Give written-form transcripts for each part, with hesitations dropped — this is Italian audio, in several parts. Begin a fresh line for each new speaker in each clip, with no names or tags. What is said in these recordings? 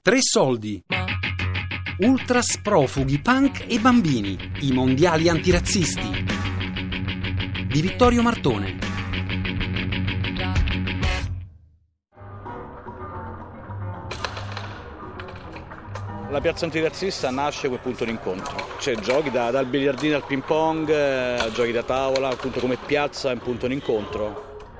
Tre soldi. Ultras, profughi, punk e bambini. I mondiali antirazzisti. Di Vittorio Martone.
La piazza antirazzista nasce come punto d'incontro, cioè giochi dal biliardino al ping pong, giochi da tavola, appunto come piazza è un punto d'incontro.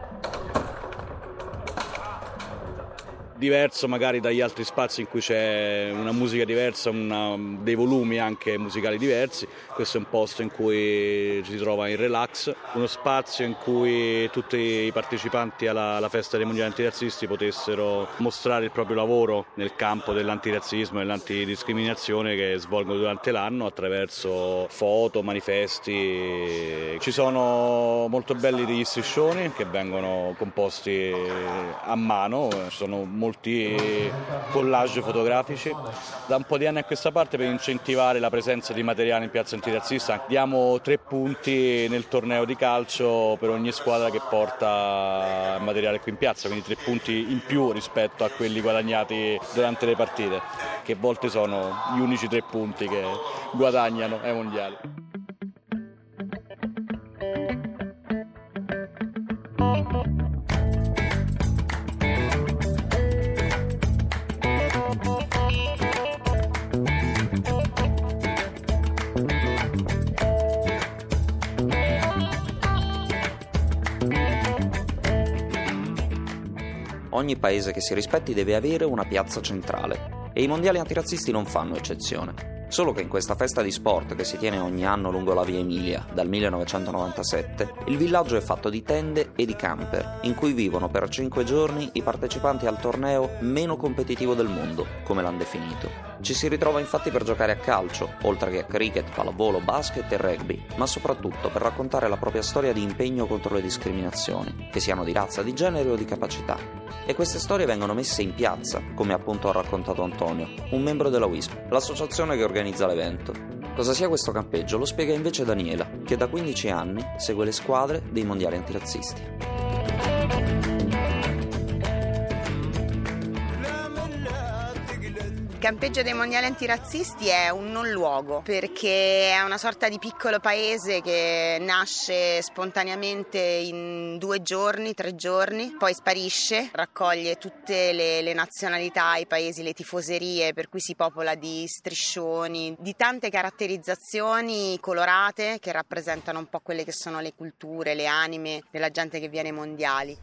Diverso magari dagli altri spazi in cui c'è una musica diversa, dei volumi anche musicali diversi. Questo è un posto in cui ci si trova in relax, uno spazio in cui tutti i partecipanti alla festa dei mondiali antirazzisti potessero mostrare il proprio lavoro nel campo dell'antirazzismo e dell'antidiscriminazione che svolgono durante l'anno attraverso foto, manifesti. Ci sono molto belli degli striscioni che vengono composti a mano, ci sono molti collage fotografici. Da un po' di anni a questa parte, per incentivare la presenza di materiale in piazza antirazzista, diamo 3 punti nel torneo di calcio per ogni squadra che porta materiale qui in piazza, quindi 3 punti in più rispetto a quelli guadagnati durante le partite, che a volte sono gli unici 3 punti che guadagnano ai mondiali.
Ogni paese che si rispetti deve avere una piazza centrale e i mondiali antirazzisti non fanno eccezione. Solo che in questa festa di sport che si tiene ogni anno lungo la Via Emilia dal 1997, il villaggio è fatto di tende e di camper, in cui vivono per 5 giorni i partecipanti al torneo meno competitivo del mondo, come l'hanno definito. Ci si ritrova infatti per giocare a calcio, oltre che a cricket, pallavolo, basket e rugby, ma soprattutto per raccontare la propria storia di impegno contro le discriminazioni, che siano di razza, di genere o di capacità. E queste storie vengono messe in piazza, come appunto ha raccontato Antonio, un membro della WISP, l'associazione che organizza l'evento. Cosa sia questo campeggio lo spiega invece Daniela, che da 15 anni segue le squadre dei mondiali antirazzisti.
Il campeggio dei mondiali antirazzisti è un non luogo, perché è una sorta di piccolo paese che nasce spontaneamente in 2 giorni, 3 giorni, poi sparisce, raccoglie tutte le nazionalità, i paesi, le tifoserie, per cui si popola di striscioni, di tante caratterizzazioni colorate che rappresentano un po' quelle che sono le culture, le anime della gente che viene ai mondiali.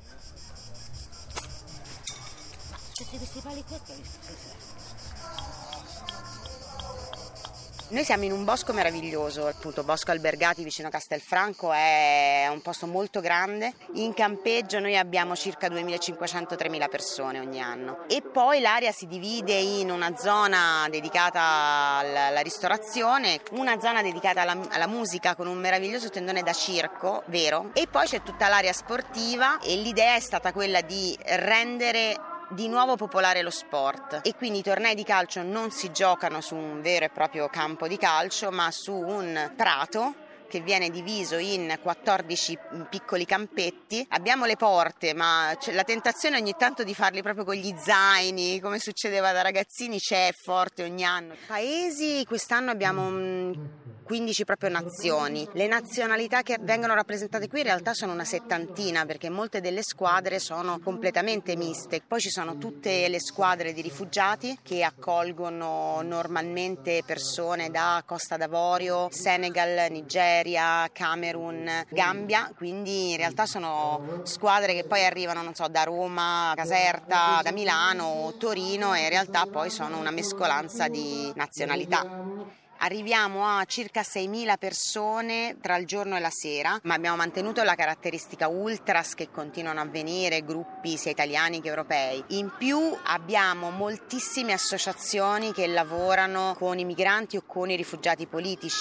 Noi siamo in un bosco meraviglioso, appunto Bosco Albergati vicino a Castelfranco, è un posto molto grande. In campeggio noi abbiamo circa 2.500-3.000 persone ogni anno e poi l'area si divide in una zona dedicata alla ristorazione, una zona dedicata alla musica con un meraviglioso tendone da circo, vero, e poi c'è tutta l'area sportiva e l'idea è stata quella di rendere di nuovo popolare lo sport e quindi i tornei di calcio non si giocano su un vero e proprio campo di calcio ma su un prato che viene diviso in 14 piccoli campetti. Abbiamo le porte, ma la tentazione ogni tanto di farli proprio con gli zaini, come succedeva da ragazzini, c'è forte ogni anno. Paesi, quest'anno abbiamo 15 proprio nazioni. Le nazionalità che vengono rappresentate qui in realtà sono una 70, perché molte delle squadre sono completamente miste. Poi ci sono tutte le squadre di rifugiati che accolgono normalmente persone da Costa d'Avorio, Senegal, Nigeria, Camerun, Gambia, quindi in realtà sono squadre che poi arrivano, non so, da Roma, Caserta, da Milano, Torino e in realtà poi sono una mescolanza di nazionalità. Arriviamo a circa 6.000 persone tra il giorno e la sera, ma abbiamo mantenuto la caratteristica ultras che continuano a venire, gruppi sia italiani che europei. In più abbiamo moltissime associazioni che lavorano con i migranti o con i rifugiati politici,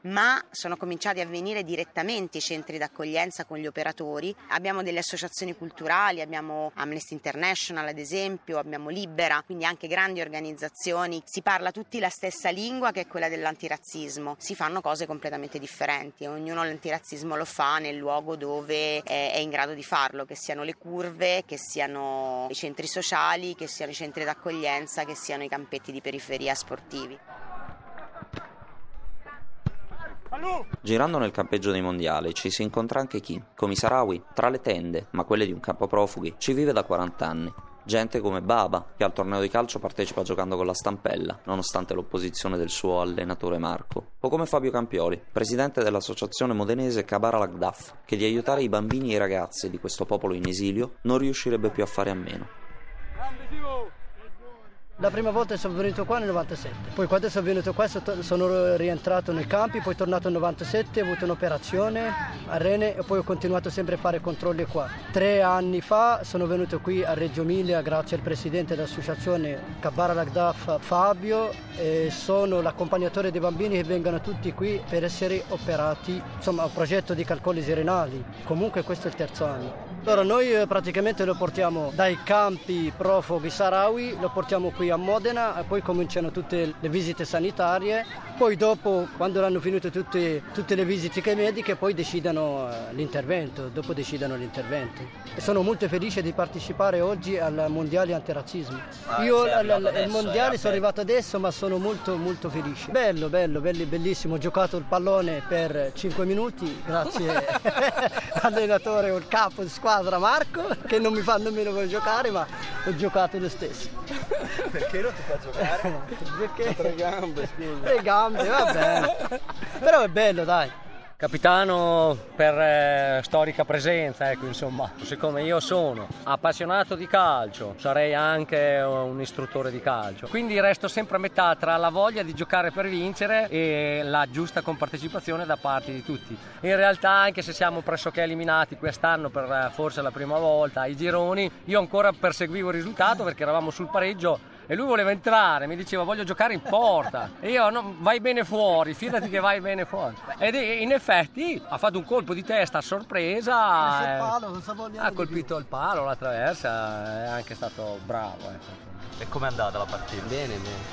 ma sono cominciati a venire direttamente i centri d'accoglienza con gli operatori. Abbiamo delle associazioni culturali, abbiamo Amnesty International ad esempio, abbiamo Libera, quindi anche grandi organizzazioni. Si parla tutti la stessa lingua, che è quella dell'antirazzismo. Si fanno cose completamente differenti, ognuno l'antirazzismo lo fa nel luogo dove è in grado di farlo, che siano le curve, che siano i centri sociali, che siano i centri d'accoglienza, che siano i campetti di periferia sportivi.
Girando nel campeggio dei mondiali ci si incontra anche chi, come i saharawi, tra le tende, ma quelle di un campo profughi, ci vive da 40 anni. Gente come Baba, che al torneo di calcio partecipa giocando con la stampella, nonostante l'opposizione del suo allenatore Marco. O come Fabio Campioli, presidente dell'associazione modenese Kabar al-Aghdaf, che di aiutare i bambini e i ragazzi di questo popolo in esilio non riuscirebbe più a fare a meno.
La prima volta sono venuto qua nel 97, poi quando sono venuto qua sono rientrato nei campi, poi tornato nel 97, ho avuto un'operazione a Rene e poi ho continuato sempre a fare controlli qua. 3 anni fa sono venuto qui a Reggio Emilia grazie al presidente dell'associazione Kabar al-Aghdaf Fabio e sono l'accompagnatore dei bambini che vengono tutti qui per essere operati, insomma un progetto di calcolici renali, comunque questo è il 3° anno. Allora noi praticamente lo portiamo dai campi profughi saharawi, lo portiamo qui a Modena e poi cominciano tutte le visite sanitarie, poi dopo quando hanno finito tutte le visite mediche poi decidono l'intervento, e sono molto felice di partecipare oggi al mondiale antirazzismo. Io al mondiale sono arrivato adesso ma sono molto molto felice. Bellissimo, ho giocato il pallone per 5 minuti grazie all'allenatore o il capo di squadra Marco che non mi fa nemmeno per giocare ma ho giocato lo stesso.
Perché non ti fa giocare?
Perché?
3 gambe, scusa.
3 gambe, va bene. Però è bello, dai.
Capitano per storica presenza, ecco, insomma. Siccome io sono appassionato di calcio, sarei anche un istruttore di calcio. Quindi resto sempre a metà tra la voglia di giocare per vincere e la giusta compartecipazione da parte di tutti. In realtà, anche se siamo pressoché eliminati quest'anno per forse la prima volta ai gironi, io ancora perseguivo il risultato perché eravamo sul pareggio. E lui voleva entrare, mi diceva voglio giocare in porta e io no, vai bene fuori, fidati che vai bene fuori. Ed in effetti ha fatto un colpo di testa a sorpresa, ha colpito il palo, la traversa, è anche stato bravo.
E com'è andata la partita?
Bene.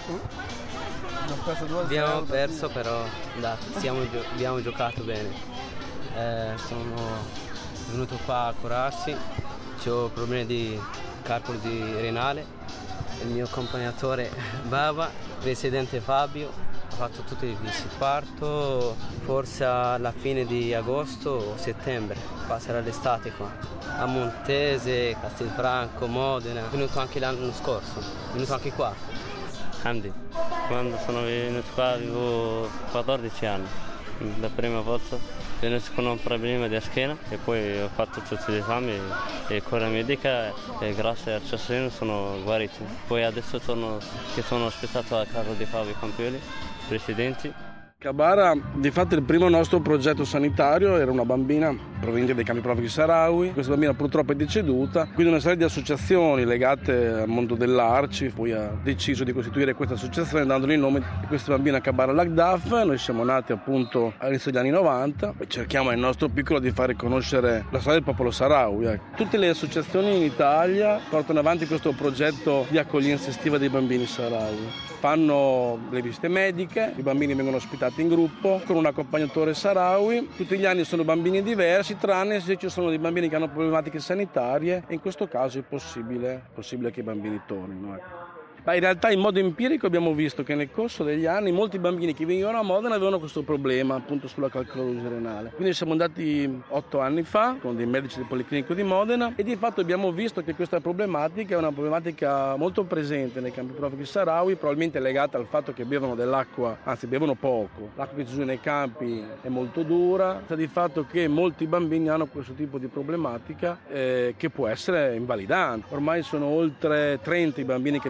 Abbiamo perso 2-0.
Abbiamo perso però abbiamo giocato bene. Sono venuto qua a curarsi, ho problemi di calcolo renale. Il mio accompagnatore Baba, presidente Fabio, ha fatto tutte le visite. Parto forse alla fine di agosto o settembre, passerà l'estate qua. A Montese, Castelfranco, Modena, è venuto anche l'anno scorso, è venuto anche qua.
Hamdi, quando sono venuto qua avevo 14 anni, la prima volta. Venuto con un problema di schiena e poi ho fatto tutti gli esami e cura medica e grazie al Ciassino sono guarito. Poi adesso sono ospitato a casa di Fabio Campioli, presidente.
Kabar, di fatto il primo nostro progetto sanitario era una bambina proveniente dai campi profughi saharawi. Questa bambina purtroppo è deceduta, quindi una serie di associazioni legate al mondo dell'Arci poi ha deciso di costituire questa associazione dandole il nome di questa bambina Kabar al-Aghdaf. Noi siamo nati appunto all'inizio degli anni 90 e cerchiamo nel nostro piccolo di far conoscere la storia del popolo saharawi. Tutte le associazioni in Italia portano avanti questo progetto di accoglienza estiva dei bambini saharawi. Fanno le visite mediche, i bambini vengono ospitati in gruppo con un accompagnatore saharawi. Tutti gli anni sono bambini diversi, tranne se ci sono dei bambini che hanno problematiche sanitarie e in questo caso è possibile che i bambini tornino. Ma in realtà in modo empirico abbiamo visto che nel corso degli anni molti bambini che venivano a Modena avevano questo problema appunto sulla calcolosi renale. Quindi siamo andati 8 anni fa con dei medici del Policlinico di Modena e di fatto abbiamo visto che questa problematica è una problematica molto presente nei campi profughi saharawi, probabilmente legata al fatto che bevono dell'acqua, anzi bevono poco. L'acqua che ci sono nei campi è molto dura, sta di fatto che molti bambini hanno questo tipo di problematica che può essere invalidante. Ormai sono oltre 30 i bambini che abbiamo operato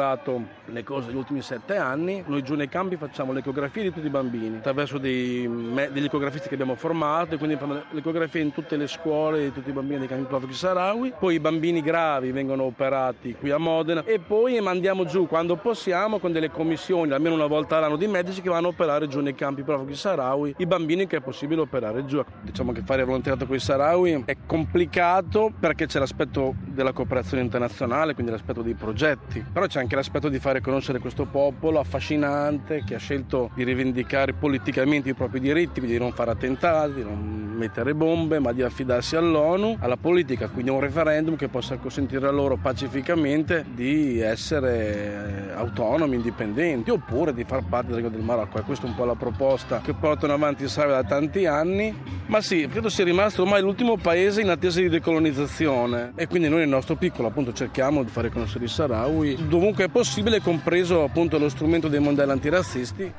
monitorato le cose degli ultimi 7 anni. Noi giù nei campi facciamo le ecografie di tutti i bambini attraverso degli ecografisti che abbiamo formato, e quindi fanno le ecografie in tutte le scuole di tutti i bambini dei campi profughi saharawi. Poi i bambini gravi vengono operati qui a Modena, e poi mandiamo giù quando possiamo con delle commissioni almeno una volta all'anno di medici che vanno a operare giù nei campi profughi saharawi i bambini che è possibile operare giù. Diciamo che fare volontariato con i saharawi è complicato perché c'è l'aspetto della cooperazione internazionale, quindi l'aspetto dei progetti, però c'è anche l'aspetto di fare conoscere questo popolo affascinante che ha scelto di rivendicare politicamente i propri diritti, quindi di non fare attentati, di non mettere bombe, ma di affidarsi all'ONU, alla politica, quindi un referendum che possa consentire a loro pacificamente di essere autonomi, indipendenti, oppure di far parte del Regno del Marocco. E questa è un po' la proposta che portano avanti i saharawi da tanti anni, ma sì, credo sia rimasto ormai l'ultimo paese in attesa di decolonizzazione, e quindi noi nel nostro piccolo appunto cerchiamo di fare conoscere i saharawi dovunque è possibile, compreso appunto lo strumento dei mondiali antirazzisti.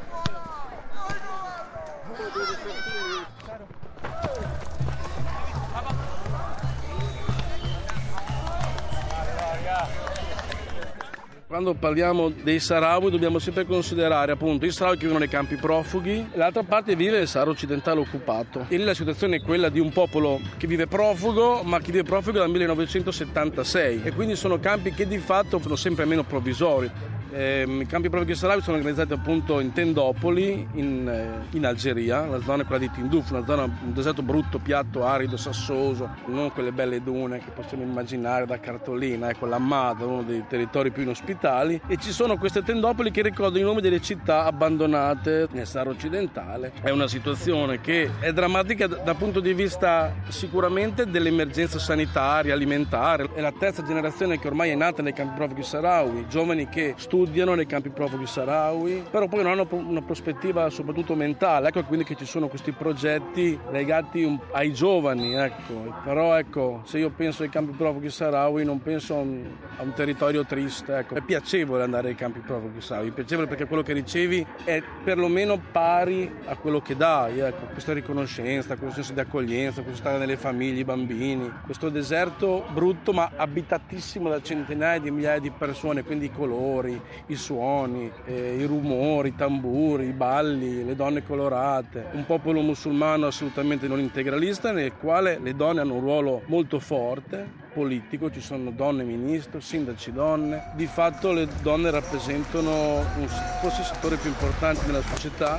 Quando parliamo dei saharawi dobbiamo sempre considerare appunto i saharawi che vivono nei campi profughi, l'altra parte vive il Sahara occidentale occupato. E lì la situazione è quella di un popolo che vive profugo, ma che vive profugo dal 1976, e quindi sono campi che di fatto sono sempre meno provvisori. I campi profughi saharawi sono organizzati appunto in tendopoli in Algeria, la zona è quella di Tindouf, un deserto brutto, piatto, arido, sassoso, non quelle belle dune che possiamo immaginare da cartolina, ecco l'Ammada, uno dei territori più inospitali, e ci sono queste tendopoli che ricordano i nomi delle città abbandonate nel Sahara occidentale. È una situazione che è drammatica dal punto di vista sicuramente dell'emergenza sanitaria, alimentare. È la terza generazione che ormai è nata nei campi profughi saharawi, giovani che studiano nei campi profughi saharawi, però poi non hanno una prospettiva soprattutto mentale, ecco quindi che ci sono questi progetti legati ai giovani, ecco. Però ecco, se io penso ai campi profughi saharawi non penso a un territorio triste, ecco. È piacevole andare ai campi profughi saharawi, è piacevole perché quello che ricevi è perlomeno pari a quello che dai, ecco. Questa riconoscenza, questo senso di accoglienza, questo stare nelle famiglie, i bambini, questo deserto brutto ma abitatissimo da centinaia di migliaia di persone, quindi i colori, i suoni, i rumori, i tamburi, i balli, le donne colorate, un popolo musulmano assolutamente non integralista nel quale le donne hanno un ruolo molto forte politico, ci sono donne ministro, sindaci donne, di fatto le donne rappresentano forse il settore più importante della società.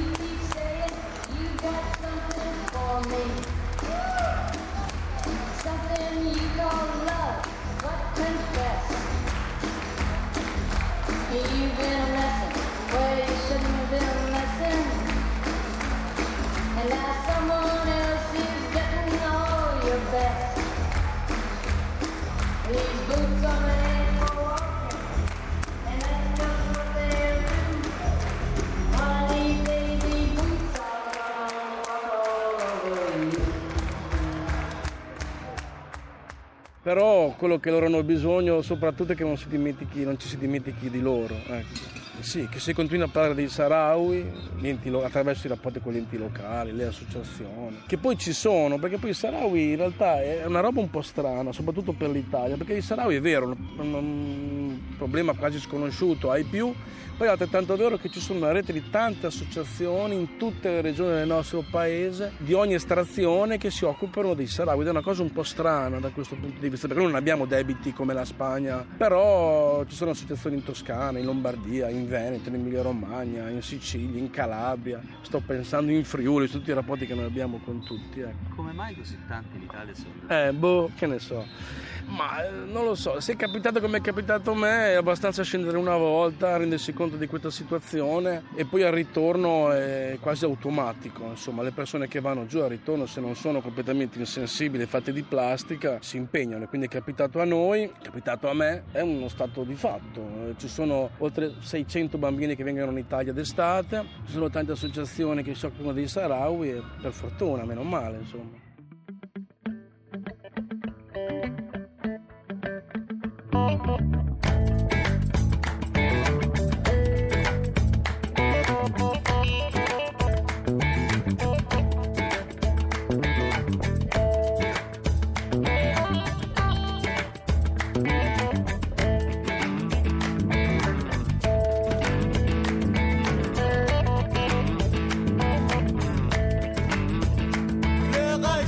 Però quello che loro hanno bisogno soprattutto è che non ci si dimentichi di loro, ecco. Sì, che si continui a parlare dei saharawi attraverso i rapporti con gli enti locali, le associazioni, che poi ci sono, perché poi i saharawi in realtà è una roba un po' strana, soprattutto per l'Italia, perché i saharawi è vero, un problema quasi sconosciuto ai più, poi è altrettanto vero che ci sono una rete di tante associazioni in tutte le regioni del nostro paese, di ogni estrazione, che si occupano dei saharawi, ed è una cosa un po' strana da questo punto di vista, perché noi non abbiamo debiti come la Spagna, però ci sono associazioni in Toscana, in Lombardia, in Veneto, in Emilia Romagna, in Sicilia, in Calabria, sto pensando in Friuli, su tutti i rapporti che noi abbiamo con tutti. Ecco.
Come mai così tanti in Italia sono?
Che ne so. Ma non lo so, se è capitato come è capitato a me è abbastanza scendere una volta, rendersi conto di questa situazione e poi al ritorno è quasi automatico, insomma le persone che vanno giù al ritorno, se non sono completamente insensibili, fatte di plastica, si impegnano, quindi è capitato a noi, è capitato a me, è uno stato di fatto. Ci sono oltre 600 bambini che vengono in Italia d'estate, ci sono tante associazioni che si occupano dei saharawi e per fortuna, meno male, insomma.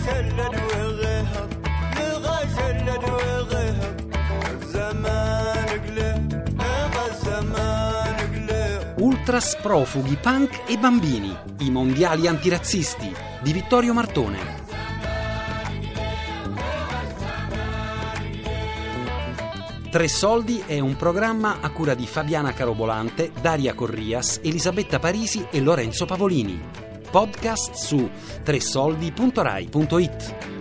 Ultras, profughi, punk e bambini, i mondiali antirazzisti di Vittorio Martone. Tre soldi è un programma a cura di Fabiana Carobolante, Daria Corrias, Elisabetta Parisi e Lorenzo Pavolini. Podcast su tresoldi.rai.it.